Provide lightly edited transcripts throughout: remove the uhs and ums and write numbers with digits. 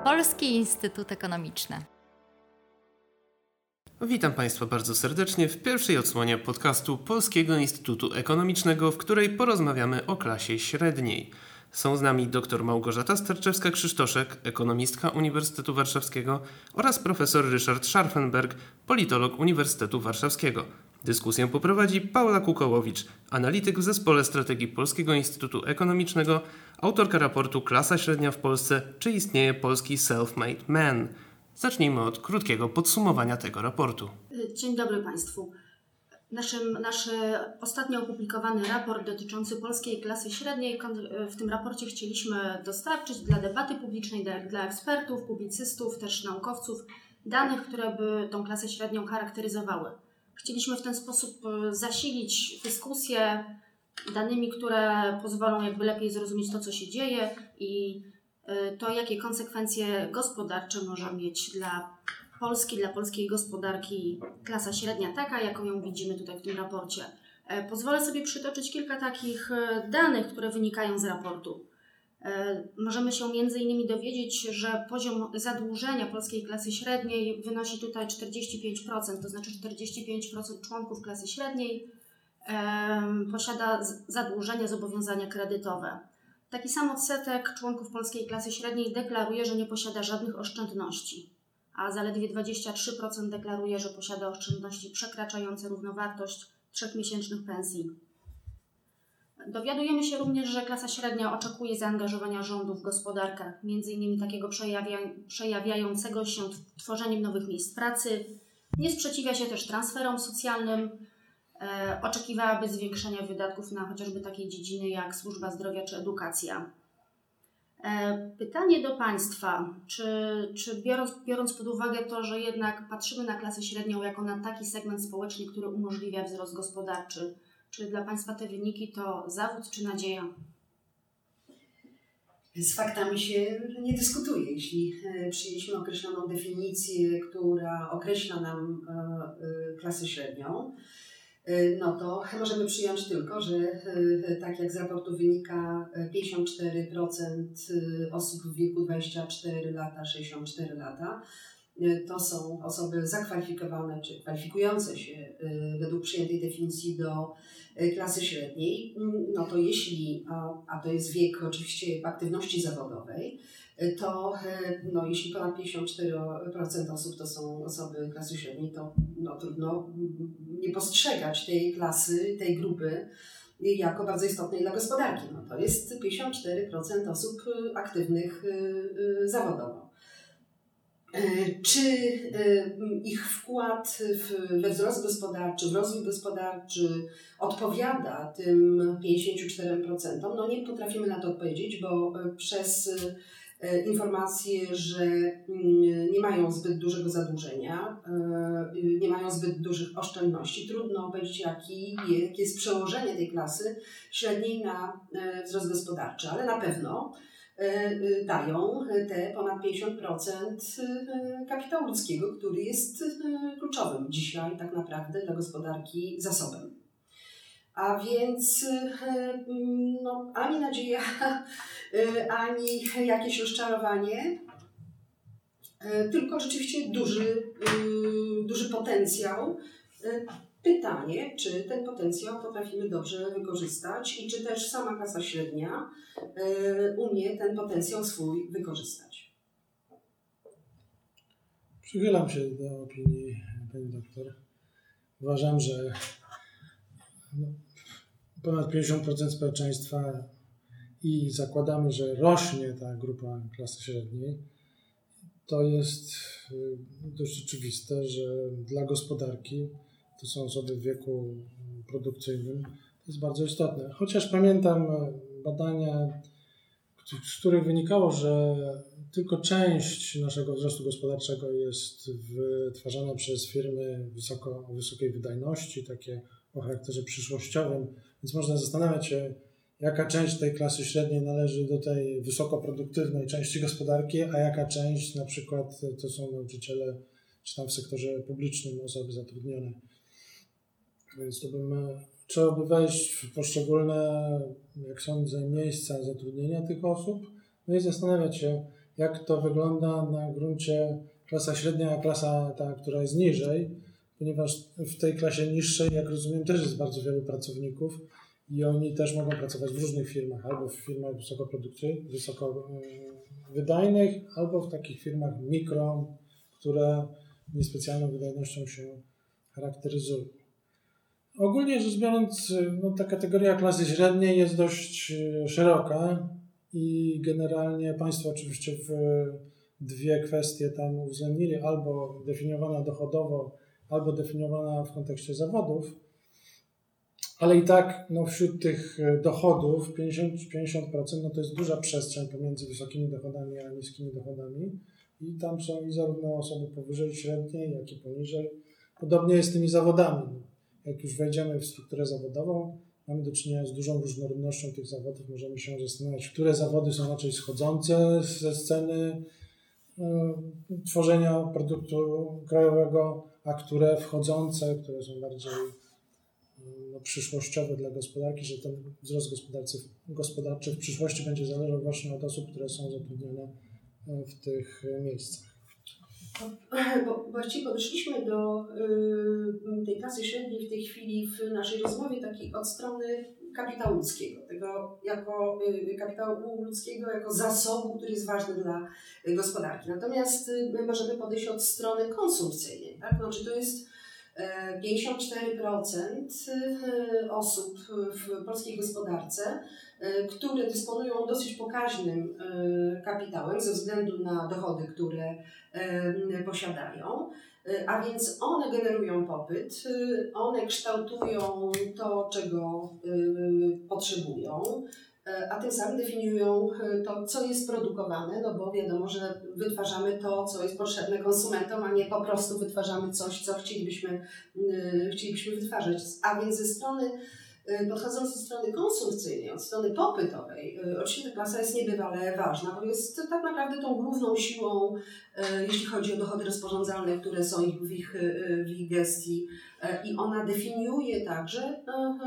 Polski Instytut Ekonomiczny. Witam Państwa bardzo serdecznie w pierwszej odsłonie podcastu Polskiego Instytutu Ekonomicznego, w której porozmawiamy o klasie średniej. Są z nami dr Małgorzata Starczewska-Krzysztoszek, ekonomistka Uniwersytetu Warszawskiego oraz profesor Ryszard Scharfenberg, politolog Uniwersytetu Warszawskiego. Dyskusję poprowadzi Paula Kukołowicz, analityk w Zespole Strategii Polskiego Instytutu Ekonomicznego, autorka raportu Klasa średnia w Polsce – czy istnieje polski self-made man? Zacznijmy od krótkiego podsumowania tego raportu. Dzień dobry Państwu. Nasz ostatnio opublikowany raport dotyczący polskiej klasy średniej, w tym raporcie chcieliśmy dostarczyć dla debaty publicznej, dla ekspertów, publicystów, też naukowców danych, które by tą klasę średnią charakteryzowały. Chcieliśmy w ten sposób zasilić dyskusję danymi, które pozwolą lepiej zrozumieć to, co się dzieje i to, jakie konsekwencje gospodarcze może mieć dla Polski, dla polskiej gospodarki klasa średnia, taka jaką ją widzimy tutaj w tym raporcie. Pozwolę sobie przytoczyć kilka takich danych, które wynikają z raportu. Możemy się m.in. dowiedzieć, że poziom zadłużenia polskiej klasy średniej wynosi tutaj 45%, to znaczy 45% członków klasy średniej posiada zadłużenia, zobowiązania kredytowe. Taki sam odsetek członków polskiej klasy średniej deklaruje, że nie posiada żadnych oszczędności, a zaledwie 23% deklaruje, że posiada oszczędności przekraczające równowartość 3-miesięcznych pensji. Dowiadujemy się również, że klasa średnia oczekuje zaangażowania rządu w gospodarkę, m.in. takiego przejawiającego się tworzeniem nowych miejsc pracy. Nie sprzeciwia się też transferom socjalnym. Oczekiwałaby zwiększenia wydatków na chociażby takie dziedziny jak służba zdrowia czy edukacja. Pytanie do Państwa, czy biorąc pod uwagę to, że jednak patrzymy na klasę średnią jako na taki segment społeczny, który umożliwia wzrost gospodarczy, czy dla Państwa te wyniki to zawód czy nadzieja? Z faktami się nie dyskutuje. Jeśli przyjęliśmy określoną definicję, która określa nam klasę średnią, no to możemy przyjąć tylko, że tak jak z raportu wynika, 54% osób w wieku 24 lata, 64 lata to są osoby zakwalifikowane czy kwalifikujące się według przyjętej definicji do klasy średniej. No to jeśli, a to jest wiek oczywiście aktywności zawodowej, to jeśli ponad 54% osób to są osoby klasy średniej, to trudno nie postrzegać tej klasy, tej grupy jako bardzo istotnej dla gospodarki. To jest 54% osób aktywnych zawodowo. Czy ich wkład we wzrost gospodarczy, w rozwój gospodarczy odpowiada tym 54%? Nie potrafimy na to odpowiedzieć, bo przez informacje, że nie mają zbyt dużego zadłużenia, nie mają zbyt dużych oszczędności, trudno powiedzieć, jakie jest przełożenie tej klasy średniej na wzrost gospodarczy, ale na pewno dają te ponad 50% kapitału ludzkiego, który jest kluczowym dzisiaj tak naprawdę dla gospodarki zasobem. A więc ani nadzieja, ani jakieś rozczarowanie, tylko rzeczywiście duży potencjał. Pytanie, czy ten potencjał potrafimy dobrze wykorzystać i czy też sama klasa średnia umie ten potencjał swój wykorzystać. Przychylam się do opinii pani doktor. Uważam, że ponad 50% społeczeństwa i zakładamy, że rośnie ta grupa klasy średniej. To jest dość oczywiste, że dla gospodarki to są osoby w wieku produkcyjnym. To jest bardzo istotne. Chociaż pamiętam badania, z których wynikało, że tylko część naszego wzrostu gospodarczego jest wytwarzana przez firmy o wysokiej wydajności, takie o charakterze przyszłościowym. Więc można zastanawiać się, jaka część tej klasy średniej należy do tej wysokoproduktywnej części gospodarki, a jaka część na przykład to są nauczyciele, czy tam w sektorze publicznym osoby zatrudnione. Więc to trzeba by wejść w poszczególne, jak sądzę, miejsca zatrudnienia tych osób, no i zastanawiać się, jak to wygląda na gruncie klasa średnia, a klasa ta, która jest niżej, ponieważ w tej klasie niższej, jak rozumiem, też jest bardzo wielu pracowników i oni też mogą pracować w różnych firmach, albo w firmach wysokowydajnych, albo w takich firmach mikro, które niespecjalną wydajnością się charakteryzują. Ogólnie rzecz biorąc, ta kategoria klasy średniej jest dość szeroka i generalnie Państwo oczywiście w dwie kwestie tam uwzględnili, albo definiowana dochodowo, albo definiowana w kontekście zawodów, ale i tak wśród tych dochodów 50% to jest duża przestrzeń pomiędzy wysokimi dochodami a niskimi dochodami i tam są i zarówno osoby powyżej średniej, jak i poniżej. Podobnie jest z tymi zawodami. Jak już wejdziemy w strukturę zawodową, mamy do czynienia z dużą różnorodnością tych zawodów. Możemy się zastanawiać, które zawody są raczej schodzące ze sceny tworzenia produktu krajowego, a które wchodzące, które są bardziej przyszłościowe dla gospodarki, że ten wzrost gospodarczy w przyszłości będzie zależał właśnie od osób, które są zatrudnione w tych miejscach. Bo właściwie podeszliśmy do tej klasy średniej w tej chwili w naszej rozmowie takiej od strony kapitału ludzkiego, tego jako kapitału ludzkiego, jako zasobu, który jest ważny dla gospodarki. Natomiast my możemy podejść od strony konsumpcyjnej, tak? Znaczy to jest 54% osób w polskiej gospodarce, które dysponują dosyć pokaźnym kapitałem ze względu na dochody, które posiadają, a więc one generują popyt, one kształtują to, czego potrzebują, a tym samym definiują to, co jest produkowane, no bo wiadomo, że wytwarzamy to, co jest potrzebne konsumentom, a nie po prostu wytwarzamy coś, co chcielibyśmy wytwarzać. A więc podchodząc ze strony konsumpcyjnej, od strony popytowej, oczywiście ta klasa jest niebywale ważna, bo jest tak naprawdę tą główną siłą, jeśli chodzi o dochody rozporządzalne, które są w ich gestii, i ona definiuje także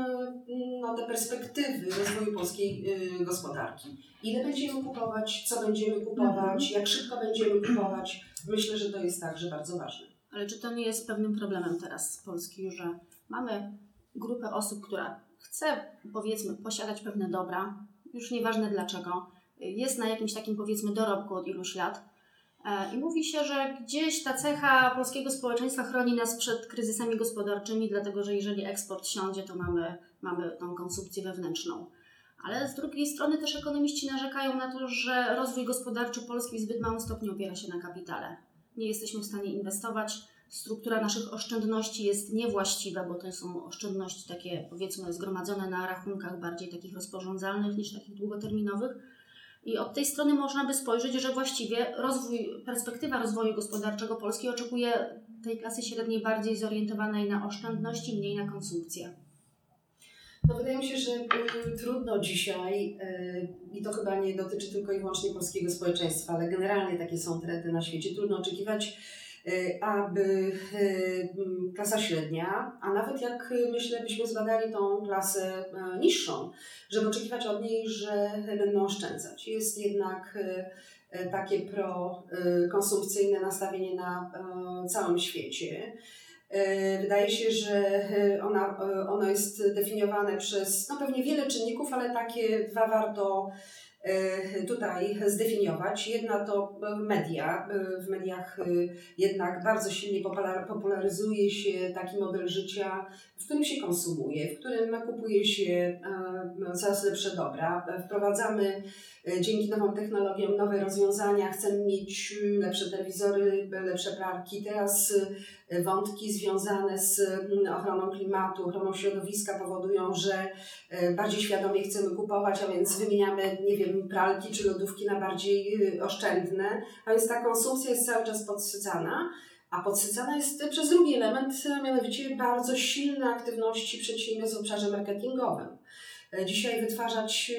te perspektywy rozwoju polskiej gospodarki. Ile będziemy kupować, co będziemy kupować, jak szybko będziemy kupować. Myślę, że to jest także bardzo ważne. Ale czy to nie jest pewnym problemem teraz z Polski, że mamy grupę osób, która chce, powiedzmy, posiadać pewne dobra, już nieważne dlaczego, jest na jakimś takim, powiedzmy, dorobku od iluś lat i mówi się, że gdzieś ta cecha polskiego społeczeństwa chroni nas przed kryzysami gospodarczymi, dlatego że jeżeli eksport siądzie, to mamy tą konsumpcję wewnętrzną. Ale z drugiej strony też ekonomiści narzekają na to, że rozwój gospodarczy Polski w zbyt małym stopniu opiera się na kapitale. Nie jesteśmy w stanie inwestować. Struktura naszych oszczędności jest niewłaściwa, bo to są oszczędności takie, powiedzmy, zgromadzone na rachunkach bardziej takich rozporządzalnych niż takich długoterminowych. I od tej strony można by spojrzeć, że właściwie perspektywa rozwoju gospodarczego Polski oczekuje tej klasy średniej bardziej zorientowanej na oszczędności, mniej na konsumpcję. No wydaje mi się, że trudno dzisiaj, i to chyba nie dotyczy tylko i wyłącznie polskiego społeczeństwa, ale generalnie takie są trendy na świecie, trudno oczekiwać, aby klasa średnia, a nawet jak myślę, byśmy zbadali tą klasę niższą, żeby oczekiwać od niej, że będą oszczędzać. Jest jednak takie prokonsumpcyjne nastawienie na całym świecie. Wydaje się, że ono jest definiowane przez pewnie wiele czynników, ale takie dwa warto tutaj zdefiniować. Jedna to media. W mediach jednak bardzo silnie popularyzuje się taki model życia, w którym się konsumuje, w którym kupuje się coraz lepsze dobra. Wprowadzamy dzięki nowym technologiom nowe rozwiązania, chcemy mieć lepsze telewizory, lepsze pralki. Teraz wątki związane z ochroną klimatu, ochroną środowiska powodują, że bardziej świadomie chcemy kupować, a więc wymieniamy, pralki czy lodówki na bardziej oszczędne, a więc ta konsumpcja jest cały czas podsycana. A podsycana jest przez drugi element, mianowicie bardzo silne aktywności przedsiębiorstw w obszarze marketingowym. Dzisiaj wytwarzać,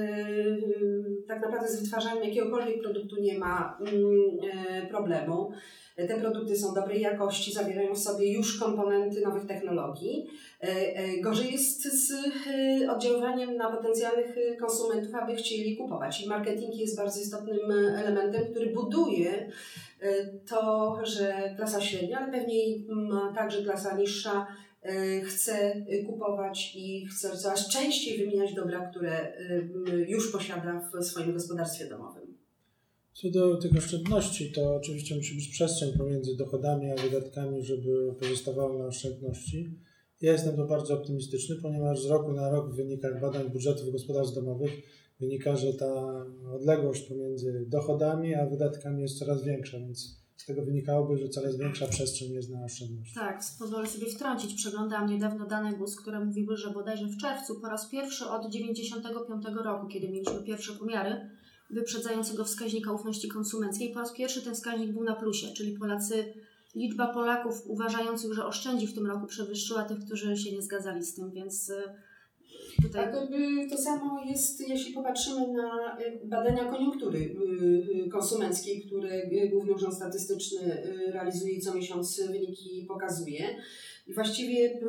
tak naprawdę z wytwarzaniem jakiegokolwiek produktu nie ma problemu. Te produkty są dobrej jakości, zawierają w sobie już komponenty nowych technologii. Gorzej jest z oddziaływaniem na potencjalnych konsumentów, aby chcieli kupować. I marketing jest bardzo istotnym elementem, który buduje to, że klasa średnia, ale pewnie także klasa niższa chce kupować i chce coraz częściej wymieniać dobra, które już posiada w swoim gospodarstwie domowym. Co do tych oszczędności, to oczywiście musi być przestrzeń pomiędzy dochodami a wydatkami, żeby pozostawały na oszczędności. Ja jestem to bardzo optymistyczny, ponieważ z roku na rok w wynikach badań budżetów gospodarstw domowych wynika, że ta odległość pomiędzy dochodami a wydatkami jest coraz większa, więc z tego wynikałoby, że coraz większa przestrzeń jest na oszczędność. Tak, pozwolę sobie wtrącić. Przeglądałam niedawno dane GUS, które mówiły, że bodajże w czerwcu po raz pierwszy od 1995 roku, kiedy mieliśmy pierwsze pomiary wyprzedzającego wskaźnika ufności konsumenckiej, po raz pierwszy ten wskaźnik był na plusie, czyli liczba Polaków uważających, że oszczędzi w tym roku przewyższyła tych, którzy się nie zgadzali z tym, więc tutaj... To samo jest, jeśli popatrzymy na badania koniunktury konsumenckiej, które Główny Urząd Statystyczny realizuje i co miesiąc wyniki pokazuje. I właściwie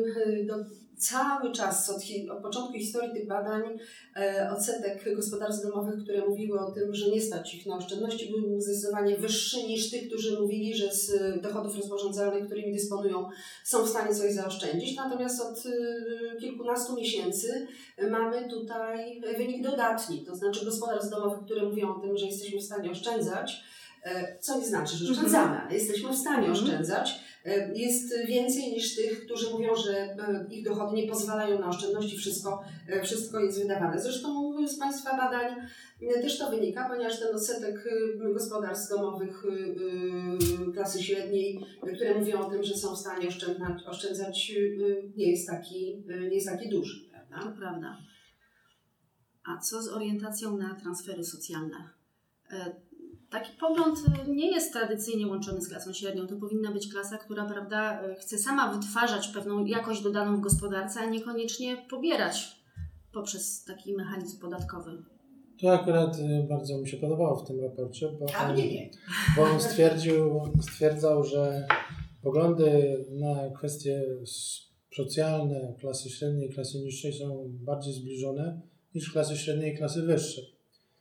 cały czas od początku historii tych badań odsetek gospodarstw domowych, które mówiły o tym, że nie stać ich na oszczędności, był zdecydowanie wyższy niż tych, którzy mówili, że z dochodów rozporządzalnych, którymi dysponują, są w stanie coś zaoszczędzić. Natomiast od kilkunastu miesięcy mamy tutaj wynik dodatni, to znaczy gospodarstw domowych, które mówią o tym, że jesteśmy w stanie oszczędzać, co nie znaczy, że oszczędzamy, ale jesteśmy w stanie oszczędzać. Jest więcej niż tych, którzy mówią, że ich dochody nie pozwalają na oszczędności, wszystko jest wydawane. Zresztą z Państwa badań też to wynika, ponieważ ten odsetek gospodarstw domowych klasy średniej, które mówią o tym, że są w stanie oszczędzać, nie jest taki duży. Prawda? To prawda. A co z orientacją na transfery socjalne? Taki pogląd nie jest tradycyjnie łączony z klasą średnią. To powinna być klasa, która, prawda, chce sama wytwarzać pewną jakość dodaną w gospodarce, a niekoniecznie pobierać poprzez taki mechanizm podatkowy. To akurat bardzo mi się podobało w tym raporcie, bo on stwierdzał, że poglądy na kwestie socjalne klasy średniej i klasy niższej są bardziej zbliżone niż klasy średniej i klasy wyższej.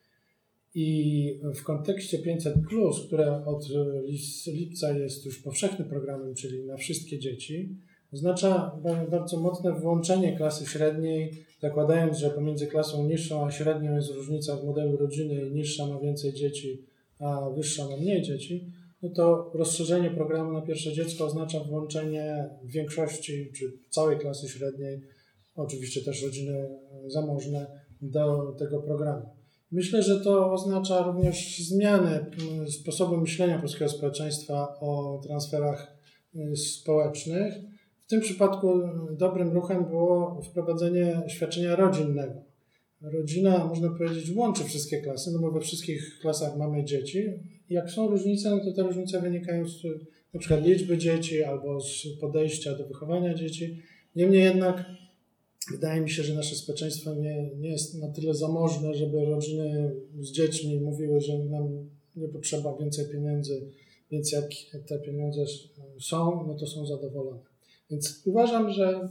I w kontekście 500+, które od lipca jest już powszechnym programem, czyli na wszystkie dzieci, oznacza bardzo mocne włączenie klasy średniej, zakładając, że pomiędzy klasą niższą a średnią jest różnica w modelu rodziny i niższa ma więcej dzieci, a wyższa ma mniej dzieci, no to rozszerzenie programu na pierwsze dziecko oznacza włączenie większości czy całej klasy średniej, oczywiście też rodziny zamożne, do tego programu. Myślę, że to oznacza również zmianę sposobu myślenia polskiego społeczeństwa o transferach społecznych. W tym przypadku dobrym ruchem było wprowadzenie świadczenia rodzinnego. Rodzina, można powiedzieć, łączy wszystkie klasy, no bo we wszystkich klasach mamy dzieci. Jak są różnice, no to te różnice wynikają z na przykład liczby dzieci albo z podejścia do wychowania dzieci. Niemniej jednak wydaje mi się, że nasze społeczeństwo nie jest na tyle zamożne, żeby rodziny z dziećmi mówiły, że nam nie potrzeba więcej pieniędzy, więc jak te pieniądze są, no to są zadowolone. Więc uważam, że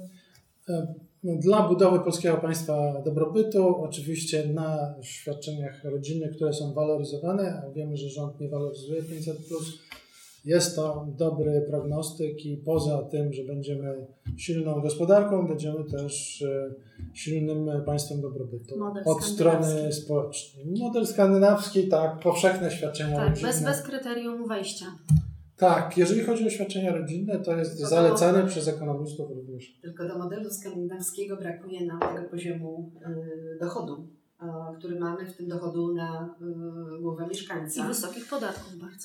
dla budowy polskiego państwa dobrobytu, oczywiście na świadczeniach rodzinnych, które są waloryzowane, a wiemy, że rząd nie waloryzuje 500+, jest to dobry prognostyk i poza tym, że będziemy silną gospodarką, będziemy też silnym państwem dobrobytu od strony społecznej. Model skandynawski, tak, powszechne świadczenia rodzinne. Bez kryterium wejścia. Tak, jeżeli chodzi o świadczenia rodzinne, to jest zalecane przez ekonomistów również. Tylko do modelu skandynawskiego brakuje nam tego poziomu dochodu, który mamy, w tym dochodu na głowę mieszkańca. I wysokich podatków bardzo.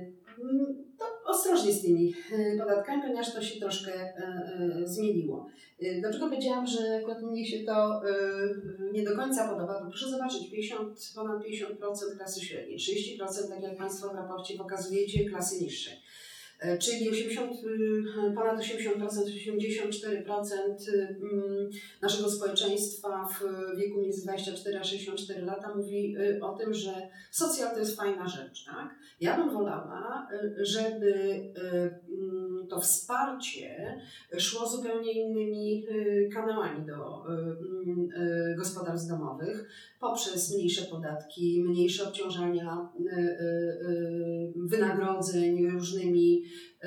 To ostrożnie z tymi podatkami, ponieważ to się troszkę zmieniło. Dlaczego powiedziałam, że mnie się to nie do końca podoba? Bo proszę zobaczyć, ponad 50% klasy średniej, 30%, tak jak Państwo w raporcie pokazujecie, klasy niższej. Czyli ponad 80%, 84% naszego społeczeństwa w wieku między 24 a 64 lata mówi o tym, że socjal to jest fajna rzecz. Tak? Ja bym wolała, żeby to wsparcie szło zupełnie innymi kanałami do gospodarstw domowych poprzez mniejsze podatki, mniejsze obciążania wynagrodzeń różnymi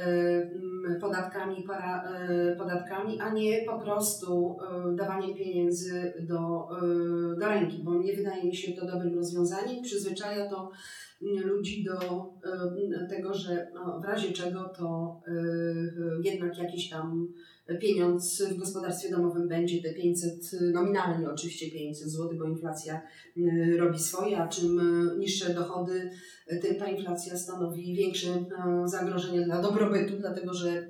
podatkami, a nie po prostu dawaniem pieniędzy do ręki, bo nie wydaje mi się to dobrym rozwiązaniem. Przyzwyczaja to ludzi do tego, że w razie czego to jednak jakiś tam pieniądz w gospodarstwie domowym będzie, te 500, nominalnie oczywiście 500 zł, bo inflacja robi swoje, a czym niższe dochody, tym ta inflacja stanowi większe zagrożenie dla dobrobytu, dlatego że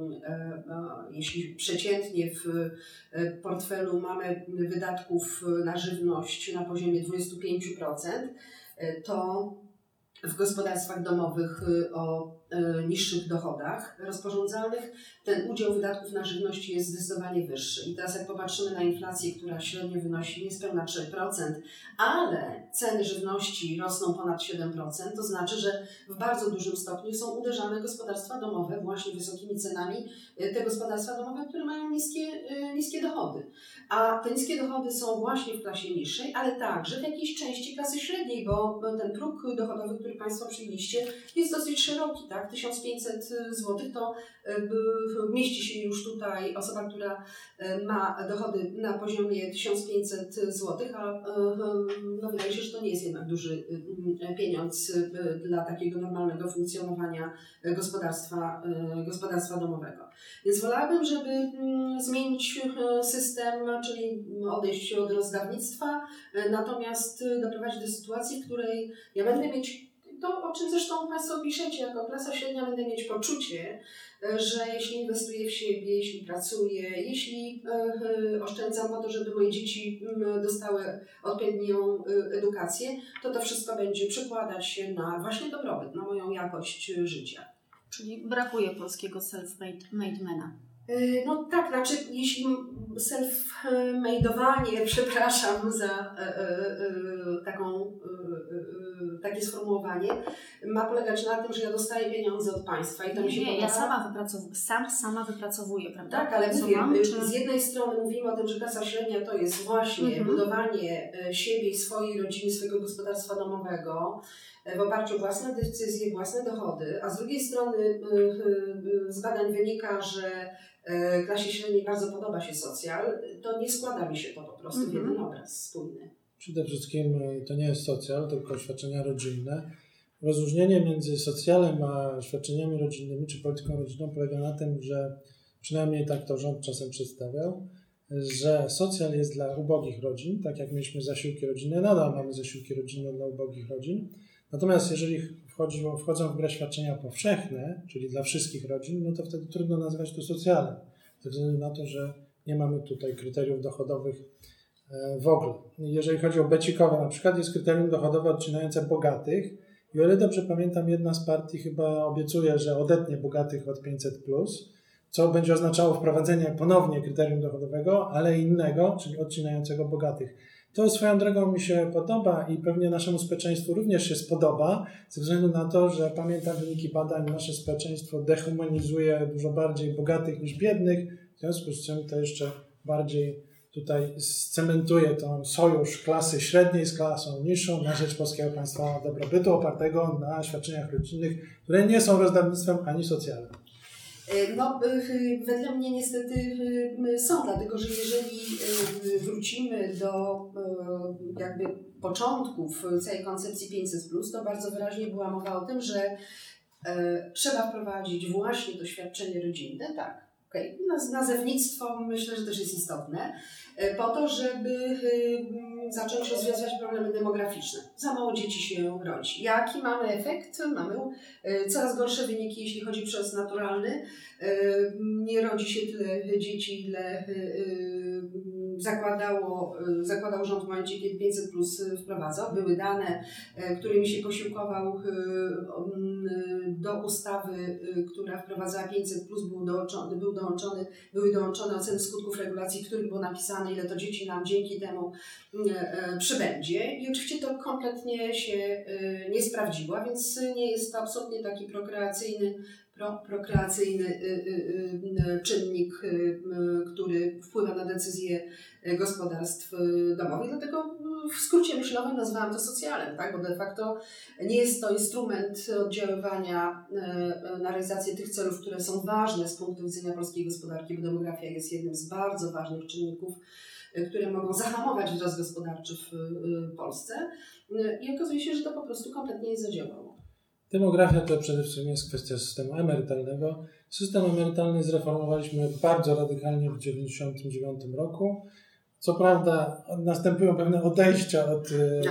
jeśli przeciętnie w portfelu mamy wydatków na żywność na poziomie 25%, to w gospodarstwach domowych o niższych dochodach rozporządzalnych ten udział wydatków na żywność jest zdecydowanie wyższy. I teraz jak popatrzymy na inflację, która średnio wynosi niespełna 3%, ale ceny żywności rosną ponad 7%, to znaczy, że w bardzo dużym stopniu są uderzane gospodarstwa domowe właśnie wysokimi cenami, te gospodarstwa domowe, które mają niskie dochody. A te niskie dochody są właśnie w klasie niższej, ale także w jakiejś części klasy średniej, bo ten próg dochodowy, który Państwo przyjęliście, jest dosyć szeroki, tak? 1500 zł to mieści się już tutaj osoba, która ma dochody na poziomie 1500 zł, a no wydaje się, że to nie jest jednak duży pieniądz dla takiego normalnego funkcjonowania gospodarstwa domowego. Więc wolałabym, żeby zmienić system, czyli odejść od rozdawnictwa, natomiast doprowadzić do sytuacji, w której ja będę mieć to, o czym zresztą Państwo piszecie, jako klasa średnia będę mieć poczucie, że jeśli inwestuję w siebie, jeśli pracuję, jeśli oszczędzam po to, żeby moje dzieci dostały odpowiednią edukację, to wszystko będzie przekładać się na właśnie dobrobyt, na moją jakość życia. Czyli brakuje polskiego self-made mana. No tak, znaczy jeśli self-made'owanie, przepraszam za takie sformułowanie, ma polegać na tym, że ja dostaję pieniądze od państwa i to mi się podoba. Ja sama wypracowuję, prawda? Tak, ale mówię, z jednej strony mówimy o tym, że klasa średnia to jest właśnie budowanie siebie i swojej rodziny, swojego gospodarstwa domowego w oparciu o własne decyzje, własne dochody, a z drugiej strony z badań wynika, że klasie średniej bardzo podoba się socjal, to nie składa mi się to po prostu w jeden obraz spójny. Przede wszystkim to nie jest socjal, tylko świadczenia rodzinne. Rozróżnienie między socjalem a świadczeniami rodzinnymi czy polityką rodzinną polega na tym, że przynajmniej tak to rząd czasem przedstawiał, że socjal jest dla ubogich rodzin, tak jak mieliśmy zasiłki rodzinne, nadal mamy zasiłki rodzinne dla ubogich rodzin. Natomiast jeżeli wchodzą w grę świadczenia powszechne, czyli dla wszystkich rodzin, no to wtedy trudno nazywać to socjalem, ze względu na to, że nie mamy tutaj kryteriów dochodowych w ogóle. Jeżeli chodzi o becikowe, na przykład jest kryterium dochodowe odcinające bogatych i o ile dobrze pamiętam, jedna z partii chyba obiecuje, że odetnie bogatych od 500+, co będzie oznaczało wprowadzenie ponownie kryterium dochodowego, ale innego, czyli odcinającego bogatych. To swoją drogą mi się podoba i pewnie naszemu społeczeństwu również się spodoba, ze względu na to, że pamiętam wyniki badań, nasze społeczeństwo dehumanizuje dużo bardziej bogatych niż biednych, w związku z czym to jeszcze bardziej tutaj scementuje ten sojusz klasy średniej z klasą niższą na rzecz polskiego państwa dobrobytu opartego na świadczeniach rodzinnych, które nie są rozdawnictwem ani socjalnym. No, wedle mnie niestety są, dlatego że jeżeli wrócimy do jakby początków całej koncepcji 500+, to bardzo wyraźnie była mowa o tym, że trzeba wprowadzić właśnie to świadczenie rodzinne, tak. Okay. Nazewnictwo myślę, że też jest istotne, po to, żeby zacząć rozwiązywać problemy demograficzne. Za mało dzieci się rodzi. Jaki mamy efekt? Mamy coraz gorsze wyniki, jeśli chodzi o przyrost naturalny. Nie rodzi się tyle dzieci, ile zakładał rząd w momencie, kiedy 500 plus wprowadzał. Były dane, którymi się posiłkował do ustawy, która wprowadzała 500 plus, były dołączone oceny skutków regulacji, w których było napisane, ile to dzieci nam dzięki temu przybędzie. I oczywiście to kompletnie się nie sprawdziło, więc nie jest to absolutnie taki prokreacyjny czynnik, który wpływa na decyzje gospodarstw domowych. Dlatego w skrócie myślowym nazwałam to socjalem, tak? Bo de facto nie jest to instrument oddziaływania na realizację tych celów, które są ważne z punktu widzenia polskiej gospodarki, bo demografia jest jednym z bardzo ważnych czynników, które mogą zahamować wzrost gospodarczy w Polsce. I okazuje się, że to po prostu kompletnie nie zadziałało. Demografia to przede wszystkim jest kwestia systemu emerytalnego. System emerytalny zreformowaliśmy bardzo radykalnie w 1999 roku. Co prawda następują pewne odejścia od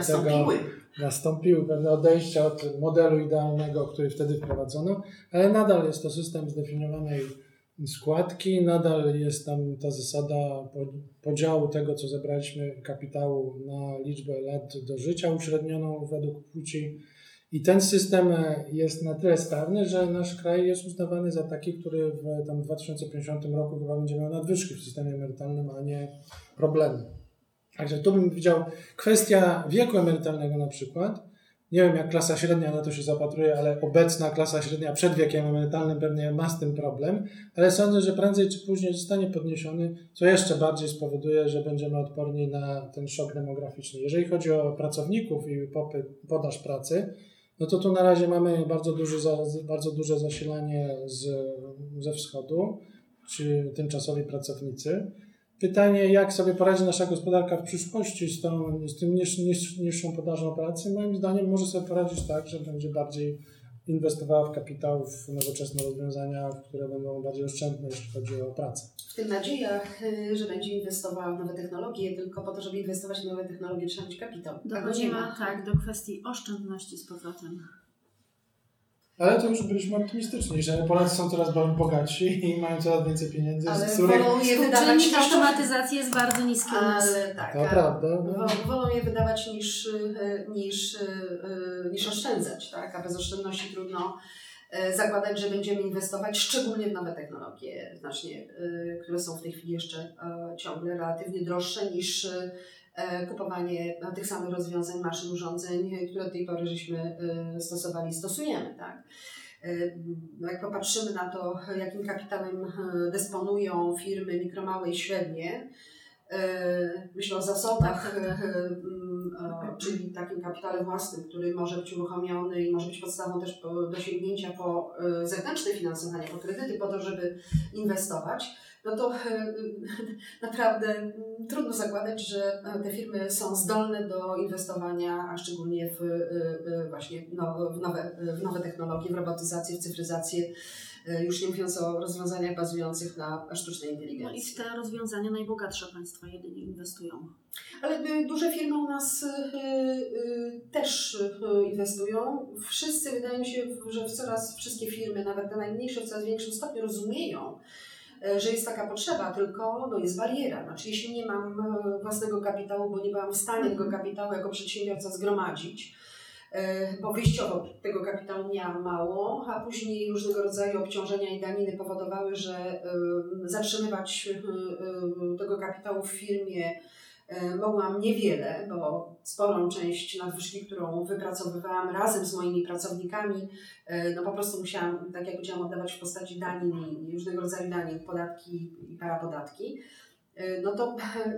nastąpiły pewne odejścia od modelu idealnego, który wtedy wprowadzono, ale nadal jest to system zdefiniowanej składki, nadal jest tam ta zasada podziału tego, co zebraliśmy kapitału na liczbę lat do życia uśrednioną według płci. I ten system jest na tyle sprawny, że nasz kraj jest uznawany za taki, który w 2050 roku chyba będzie miał nadwyżki w systemie emerytalnym, a nie problemy. Także tu bym widział kwestia wieku emerytalnego na przykład. Nie wiem, jak klasa średnia na to się zapatruje, ale obecna klasa średnia przed wiekiem emerytalnym pewnie ma z tym problem, ale sądzę, że prędzej czy później zostanie podniesiony, co jeszcze bardziej spowoduje, że będziemy odporni na ten szok demograficzny. Jeżeli chodzi o pracowników i podaż pracy, no to tu na razie mamy bardzo duże zasilanie ze wschodu, czy tymczasowi pracownicy. Pytanie, jak sobie poradzi nasza gospodarka w przyszłości z tym niższą podażą pracy, moim zdaniem może sobie poradzić tak, że będzie bardziej inwestowała w kapitał, w nowoczesne rozwiązania, które będą bardziej oszczędne, jeśli chodzi o pracę. W tym nadzieja, że będzie inwestowała w nowe technologie, tylko po to, żeby inwestować w nowe technologie, trzeba mieć kapitał. Dochodzimy do kwestii oszczędności z powrotem. Ale to już byliśmy optymistyczni, że Polacy są coraz bogatsi i mają coraz więcej pieniędzy, ale z których... Współczynnik automatyzacji jest bardzo niski u nas. Tak, to prawda. Wolą je wydawać niż oszczędzać, tak? A bez oszczędności trudno zakładać, że będziemy inwestować szczególnie w nowe technologie, które są w tej chwili jeszcze ciągle relatywnie droższe niż kupowanie tych samych rozwiązań, maszyn, urządzeń, które do tej pory żeśmy stosujemy. Tak? Jak popatrzymy na to, jakim kapitałem dysponują firmy mikro, małe i średnie, myślę o zasobach, czyli takim kapitale własnym, który może być uruchomiony i może być podstawą też do sięgnięcia po zewnętrzne finansowanie, po kredyty, po to, żeby inwestować, no to naprawdę trudno zakładać, że te firmy są zdolne do inwestowania, a szczególnie w nowe technologie, w robotyzację, w cyfryzację, już nie mówiąc o rozwiązaniach bazujących na sztucznej inteligencji. No i w te rozwiązania najbogatsze państwa jedynie inwestują. Ale duże firmy u nas też inwestują. Wszyscy, wydaje mi się, że wszystkie firmy, nawet te najmniejsze, w coraz większym stopniu rozumieją, że jest taka potrzeba, tylko jest bariera. Znaczy, jeśli nie mam własnego kapitału, bo nie byłam w stanie tego kapitału jako przedsiębiorca zgromadzić, bo wyjściowo tego kapitału miałam mało, a później różnego rodzaju obciążenia i daniny powodowały, że zatrzymywać tego kapitału w firmie mogłam niewiele, bo sporą część nadwyżki, którą wypracowywałam razem z moimi pracownikami, po prostu musiałam, tak jak powiedziałam, oddawać w postaci danin i różnego rodzaju danin, podatki i parapodatki. No to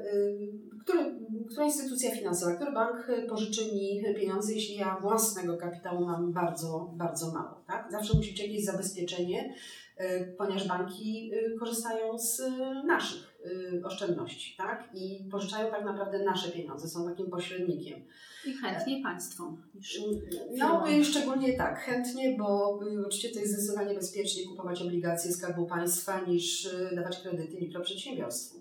która instytucja finansowa, który bank pożyczy mi pieniądze, jeśli ja własnego kapitału mam bardzo, bardzo mało, tak? Zawsze musi być jakieś zabezpieczenie, ponieważ banki korzystają z naszych oszczędności, tak? I pożyczają tak naprawdę nasze pieniądze, są takim pośrednikiem. I chętniej państwom. Szczególnie tak, chętnie, bo oczywiście to jest zdecydowanie bezpiecznie kupować obligacje Skarbu Państwa niż dawać kredyty mikroprzedsiębiorstwu.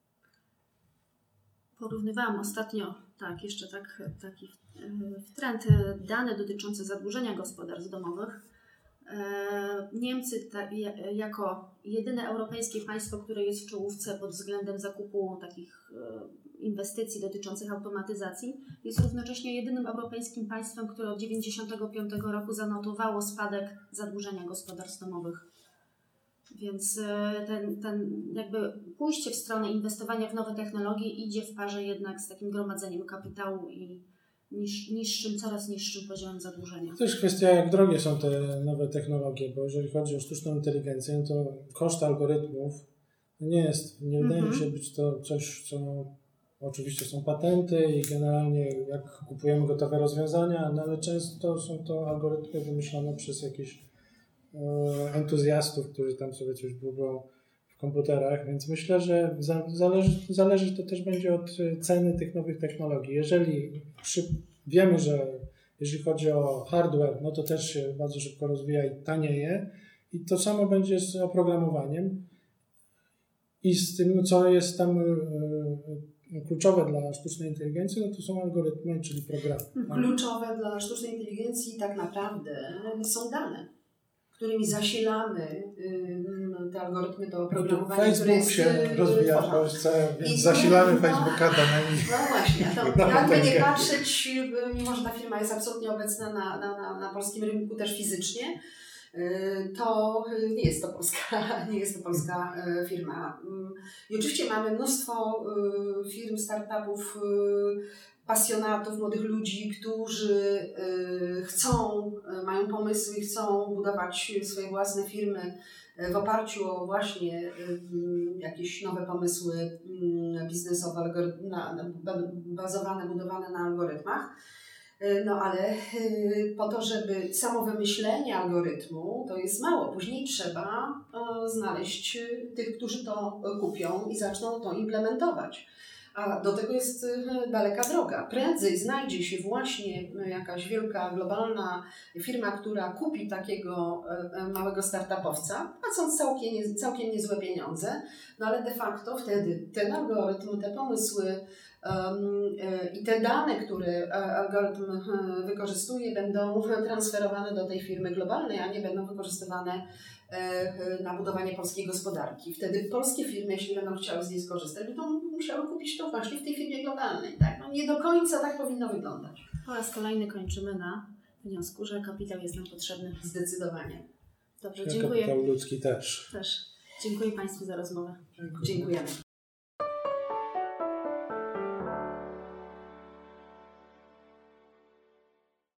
Porównywałam ostatnio, taki trend, dane dotyczące zadłużenia gospodarstw domowych. Niemcy jako jedyne europejskie państwo, które jest w czołówce pod względem zakupu takich inwestycji dotyczących automatyzacji. Jest równocześnie jedynym europejskim państwem, które od 1995 roku zanotowało spadek zadłużenia gospodarstw domowych. Więc ten jakby pójście w stronę inwestowania w nowe technologie idzie w parze jednak z takim gromadzeniem kapitału i coraz niższym poziomem zadłużenia. To jest kwestia, jak drogie są te nowe technologie, bo jeżeli chodzi o sztuczną inteligencję, to koszt algorytmów nie wydaje mi się być to coś, co oczywiście są patenty i generalnie jak kupujemy gotowe rozwiązania, no ale często są to algorytmy wymyślone przez jakichś entuzjastów, którzy tam sobie coś budują w komputerach, więc myślę, że zależy to też będzie od ceny tych nowych technologii. Wiemy, że jeżeli chodzi o hardware, no to też się bardzo szybko rozwija i tanieje i to samo będzie z oprogramowaniem i z tym, co jest tam kluczowe dla sztucznej inteligencji, no to są algorytmy, czyli programy. Kluczowe dla sztucznej inteligencji tak naprawdę są dane, którymi zasilamy te algorytmy do oprogramowania. Facebook się rozwija w Polsce, więc zasilamy Facebooka danymi. No właśnie, to jakby nie patrzeć, mimo że ta firma jest absolutnie obecna na polskim rynku też fizycznie, to nie jest to polska firma. I oczywiście mamy mnóstwo firm, startupów, pasjonatów, młodych ludzi, którzy mają pomysły i chcą budować swoje własne firmy w oparciu o właśnie jakieś nowe pomysły biznesowe, budowane na algorytmach. No ale po to, żeby samo wymyślenie algorytmu to jest mało. Później trzeba znaleźć tych, którzy to kupią i zaczną to implementować. A do tego jest daleka droga. Prędzej znajdzie się właśnie jakaś wielka, globalna firma, która kupi takiego małego startupowca, płacąc całkiem niezłe pieniądze, no ale de facto wtedy ten algorytm, te pomysły i te dane, które algorytm wykorzystuje, będą transferowane do tej firmy globalnej, a nie będą wykorzystywane na budowanie polskiej gospodarki. Wtedy polskie firmy, jeśli będą chciały z niej skorzystać, będą musiały kupić to właśnie w tej firmie globalnej. Tak? No nie do końca tak powinno wyglądać. Po raz kolejny kończymy na wniosku, że kapitał jest nam potrzebny. Zdecydowanie. Dobrze, dziękuję. Kapitał ludzki też. Dziękuję Państwu za rozmowę. Dziękujemy.